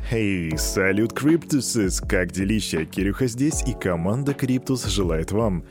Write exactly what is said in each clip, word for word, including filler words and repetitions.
Хей, салют, Криптусес! Как делища? Кирюха здесь, и команда Криптус желает вам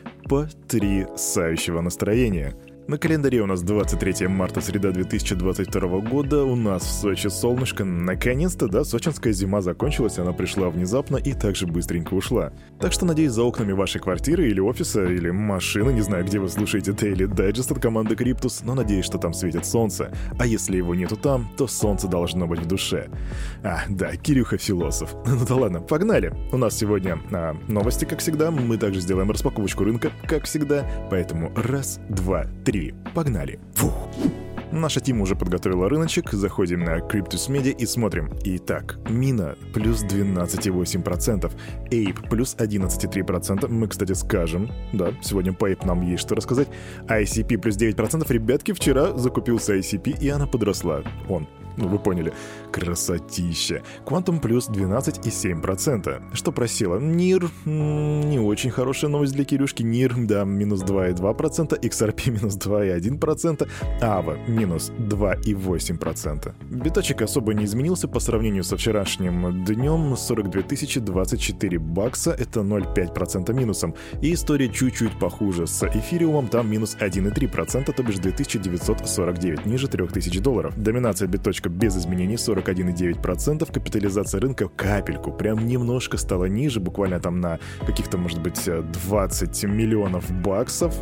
потрясающего настроения. На календаре у нас двадцать третье марта, среда две тысячи двадцать второго года, у нас в Сочи солнышко. Наконец-то, да, сочинская зима закончилась, она пришла внезапно и также быстренько ушла. Так что, надеюсь, за окнами вашей квартиры или офиса, или машины, не знаю, где вы слушаете Daily Digest от команды Криптус, но надеюсь, что там светит солнце. А если его нету там, то солнце должно быть в душе. А, да, Кирюха философ. Ну да ладно, погнали. У нас сегодня а, новости, как всегда, мы также сделаем распаковочку рынка, как всегда, поэтому раз, два, три. Погнали. Фух. Наша тима уже подготовила рыночек, заходим на Cryptus Media и смотрим. Итак, Мина плюс двенадцать целых восемь десятых процента, Ape плюс одиннадцать целых три десятых процента, мы, кстати, скажем, да, сегодня по Ape нам есть что рассказать. ай си пи плюс девять процентов, ребятки, вчера закупился ай си пи, и она подросла. Он. Ну, вы поняли. Красотища. Quantum плюс двенадцать целых семь десятых процента. Что просила? нир. М-м, не очень хорошая новость для Кирюшки. нир, да, минус два целых два десятых процента. икс ар пи минус два целых один десятый процента. эй ви эй минус два целых восемь десятых процента. Биточек особо не изменился по сравнению со вчерашним днем. сорок две тысячи двадцать четыре бакса. Это ноль целых пять десятых процента минусом. И история чуть-чуть похуже с эфириумом. Там минус один целых три десятых процента, то бишь две тысячи девятьсот сорок девять, ниже три тысячи долларов. Доминация биточка без изменений сорок один целых девять десятых процента, капитализация рынка капельку, прям немножко стала ниже, буквально там на каких-то, может быть, двадцать миллионов баксов,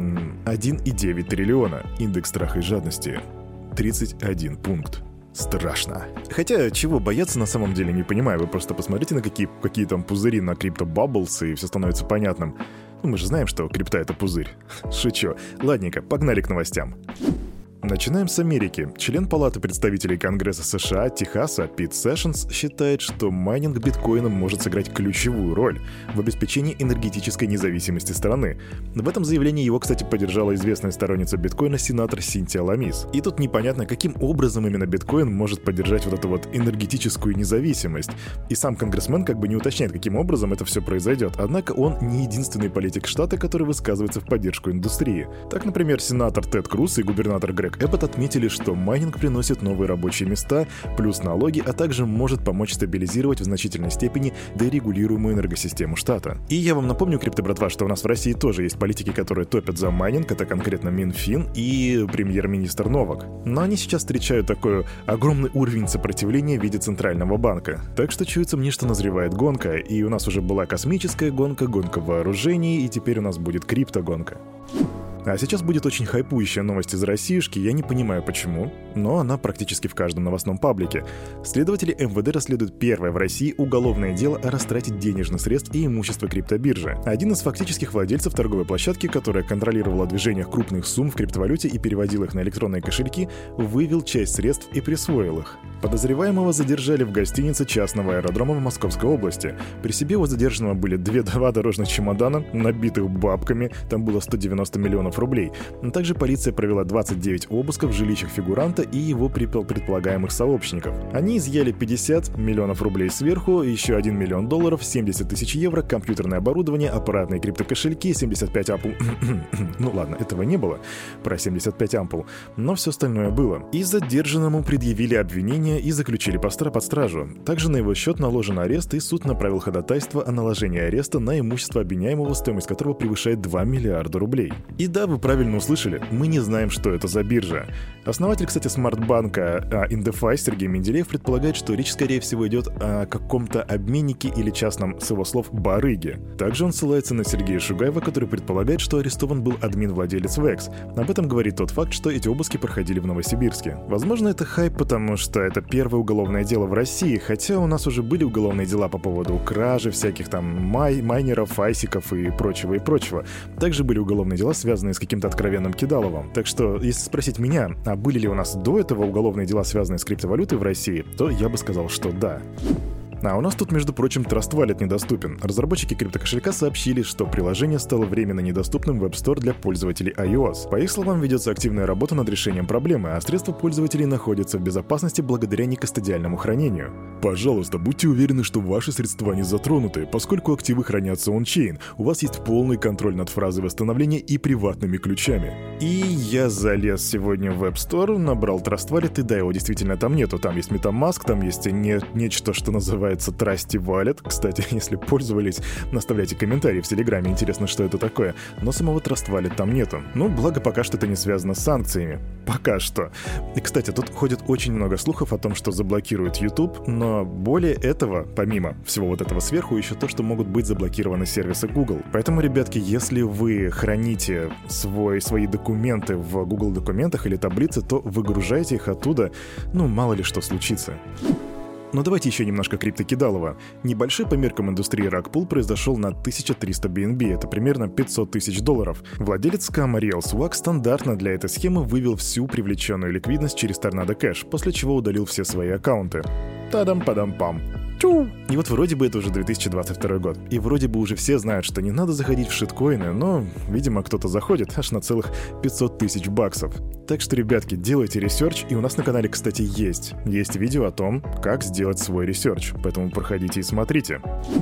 один целых девять десятых триллиона. Индекс страха и жадности тридцать один пункт. Страшно. Хотя, чего бояться на самом деле, не понимаю. Вы просто посмотрите, на какие, какие там пузыри на крипто Bubbles, и все становится понятным. Ну, мы же знаем, что крипта — это пузырь. Шучу. Ладненько, погнали к новостям. Начинаем с Америки. Член Палаты представителей Конгресса США Техаса Пит Сэшенс считает, что майнинг биткоина может сыграть ключевую роль в обеспечении энергетической независимости страны. В этом заявлении его, кстати, поддержала известная сторонница биткоина сенатор Синтия Ламис. И тут непонятно, каким образом именно биткоин может поддержать вот эту вот энергетическую независимость. И сам конгрессмен как бы не уточняет, каким образом это все произойдет. Однако он не единственный политик штата, который высказывается в поддержку индустрии. Так, например, сенатор Тед Круз и губернатор Грег Эббот отметили, что майнинг приносит новые рабочие места, плюс налоги, а также может помочь стабилизировать в значительной степени дерегулируемую энергосистему штата. И я вам напомню, крипто-братва, что у нас в России тоже есть политики, которые топят за майнинг, это конкретно Минфин и премьер-министр Новак. Но они сейчас встречают такой огромный уровень сопротивления в виде Центрального банка. Так что чуется мне, что назревает гонка, и у нас уже была космическая гонка, гонка вооружений, и теперь у нас будет криптогонка. А сейчас будет очень хайпующая новость из Россиюшки, я не понимаю почему, но она практически в каждом новостном паблике. Следователи эм вэ дэ расследуют первое в России уголовное дело о растрате денежных средств и имущества криптобиржи. Один из фактических владельцев торговой площадки, которая контролировала движение крупных сумм в криптовалюте и переводил их на электронные кошельки, вывел часть средств и присвоил их. Подозреваемого задержали в гостинице частного аэродрома в Московской области. При себе у задержанного были две, два дорожных чемодана, набитых бабками, там было сто девяносто миллионов рублей. Также полиция провела двадцать девять обысков в жилищах фигуранта и его предполагаемых сообщников. Они изъяли пятьдесят миллионов рублей сверху, еще один миллион долларов, семьдесят тысяч евро, компьютерное оборудование, аппаратные криптокошельки, семьдесят пять ампул. Ну ладно, этого не было, про семьдесят пять ампул, но все остальное было. И задержанному предъявили обвинение и заключили под стражу. Также на его счет наложен арест, и суд направил ходатайство о наложении ареста на имущество обвиняемого, стоимость которого превышает два миллиарда рублей. И да, вы правильно услышали, мы не знаем, что это за биржа. Основатель, кстати, смарт-банка InDeFi Сергей Менделеев предполагает, что речь, скорее всего, идет о каком-то обменнике или частном, с его слов, барыге. Также он ссылается на Сергея Шугаева, который предполагает, что арестован был админ-владелец Векс. Об этом говорит тот факт, что эти обыски проходили в Новосибирске. Возможно, это хайп, потому что это первое уголовное дело в России, хотя у нас уже были уголовные дела по поводу кражи всяких там май, майнеров, айсиков и прочего и прочего. Также были уголовные дела, связанные с каким-то откровенным кидаловым. Так что, если спросить меня, а были ли у нас до этого уголовные дела, связанные с криптовалютой в России, то я бы сказал, что да. А у нас тут, между прочим, Trust Wallet недоступен. Разработчики криптокошелька сообщили, что приложение стало временно недоступным в App Store для пользователей iOS. По их словам, ведется активная работа над решением проблемы, а средства пользователей находятся в безопасности благодаря некастодиальному хранению. Пожалуйста, будьте уверены, что ваши средства не затронуты, поскольку активы хранятся ончейн. У вас есть полный контроль над фразой восстановления и приватными ключами. И я залез сегодня в App Store, набрал Trust Wallet, и да, его действительно там нету. Там есть MetaMask, там есть не, нечто, что называется Trusty Wallet. Кстати, если пользовались, оставляйте комментарии в Телеграме, интересно, что это такое. Но самого Trust Wallet там нету. Ну, благо, пока что это не связано с санкциями. Пока что. И, кстати, тут ходит очень много слухов о том, что заблокируют YouTube, но более этого, помимо всего вот этого сверху, еще то, что могут быть заблокированы сервисы Google. Поэтому, ребятки, если вы храните свой, свои документы в Google документах или таблице, то выгружайте их оттуда, ну, мало ли что случится. Но давайте еще немножко криптокидалова. Небольшой по меркам индустрии ракпул произошел на тысяча триста би эн би, это примерно пятьсот тысяч долларов. Владелец скама RealSwag стандартно для этой схемы вывел всю привлеченную ликвидность через Tornado Cash, после чего удалил все свои аккаунты. Тадам-падам-пам. И вот вроде бы это уже две тысячи двадцать второй год. И вроде бы уже все знают, что не надо заходить в шиткоины, но, видимо, кто-то заходит аж на целых пятьсот тысяч баксов. Так что, ребятки, делайте ресерч, и у нас на канале, кстати, есть. Есть видео о том, как сделать свой ресерч, поэтому проходите и смотрите.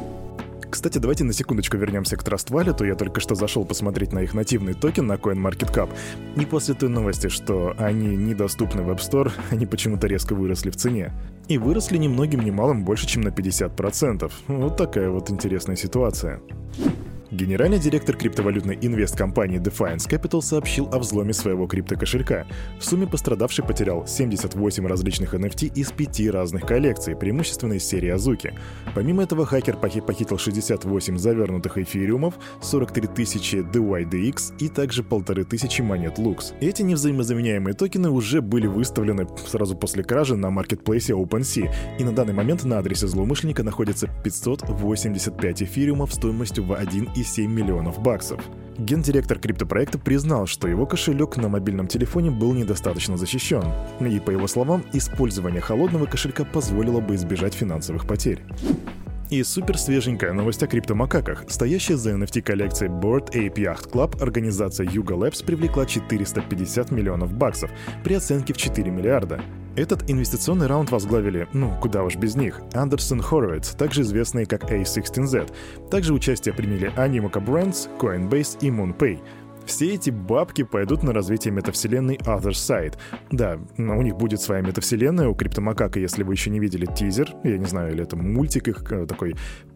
Кстати, давайте на секундочку вернемся к Trust Wallet. Я только что зашел посмотреть на их нативный токен на CoinMarketCap. И после той новости, что они недоступны в App Store, они почему-то резко выросли в цене. И выросли ни многим ни малым больше, чем на пятьдесят процентов. Вот такая вот интересная ситуация. Генеральный директор криптовалютной инвесткомпании Defiance Capital сообщил о взломе своего криптокошелька. В сумме пострадавший потерял семьдесят восемь различных эн эф ти из пяти разных коллекций, преимущественно из серии Азуки. Помимо этого, хакер похитил шестьдесят восемь завернутых эфириумов, сорок три тысячи ди уай ди экс и также полторы тысячи монет Lux. Эти невзаимозаменяемые токены уже были выставлены сразу после кражи на маркетплейсе OpenSea, и на данный момент на адресе злоумышленника находится пятьсот восемьдесят пять эфириумов стоимостью в один и семь миллионов баксов. Гендиректор криптопроекта признал, что его кошелек на мобильном телефоне был недостаточно защищен. И, по его словам, использование холодного кошелька позволило бы избежать финансовых потерь. И супер свеженькая новость о криптомакаках. Стоящая за эн эф ти-коллекцией Bored Ape Yacht Club организация Yuga Labs привлекла четыреста пятьдесят миллионов баксов при оценке в четыре миллиарда. Этот инвестиционный раунд возглавили, ну, куда уж без них, Андерсон Хоровиц, также известные как эй шестнадцать зет. Также участие приняли Animoca Brands, Coinbase и MoonPay. Все эти бабки пойдут на развитие метавселенной Other Side. Да, у них будет своя метавселенная, у Криптомакака, если вы еще не видели тизер, я не знаю, или это мультик их такой,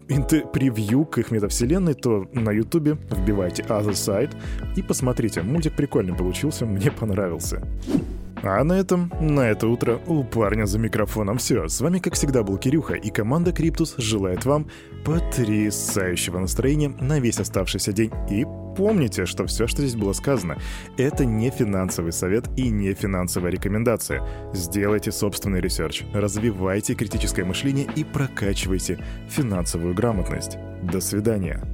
превью к их метавселенной, то на ютубе вбивайте Other Side и посмотрите. Мультик прикольный получился, мне понравился. А на этом, на это утро у парня за микрофоном все. С вами, как всегда, был Кирюха, и команда Криптус желает вам потрясающего настроения на весь оставшийся день. И помните, что все, что здесь было сказано, это не финансовый совет и не финансовая рекомендация. Сделайте собственный ресерч, развивайте критическое мышление и прокачивайте финансовую грамотность. До свидания.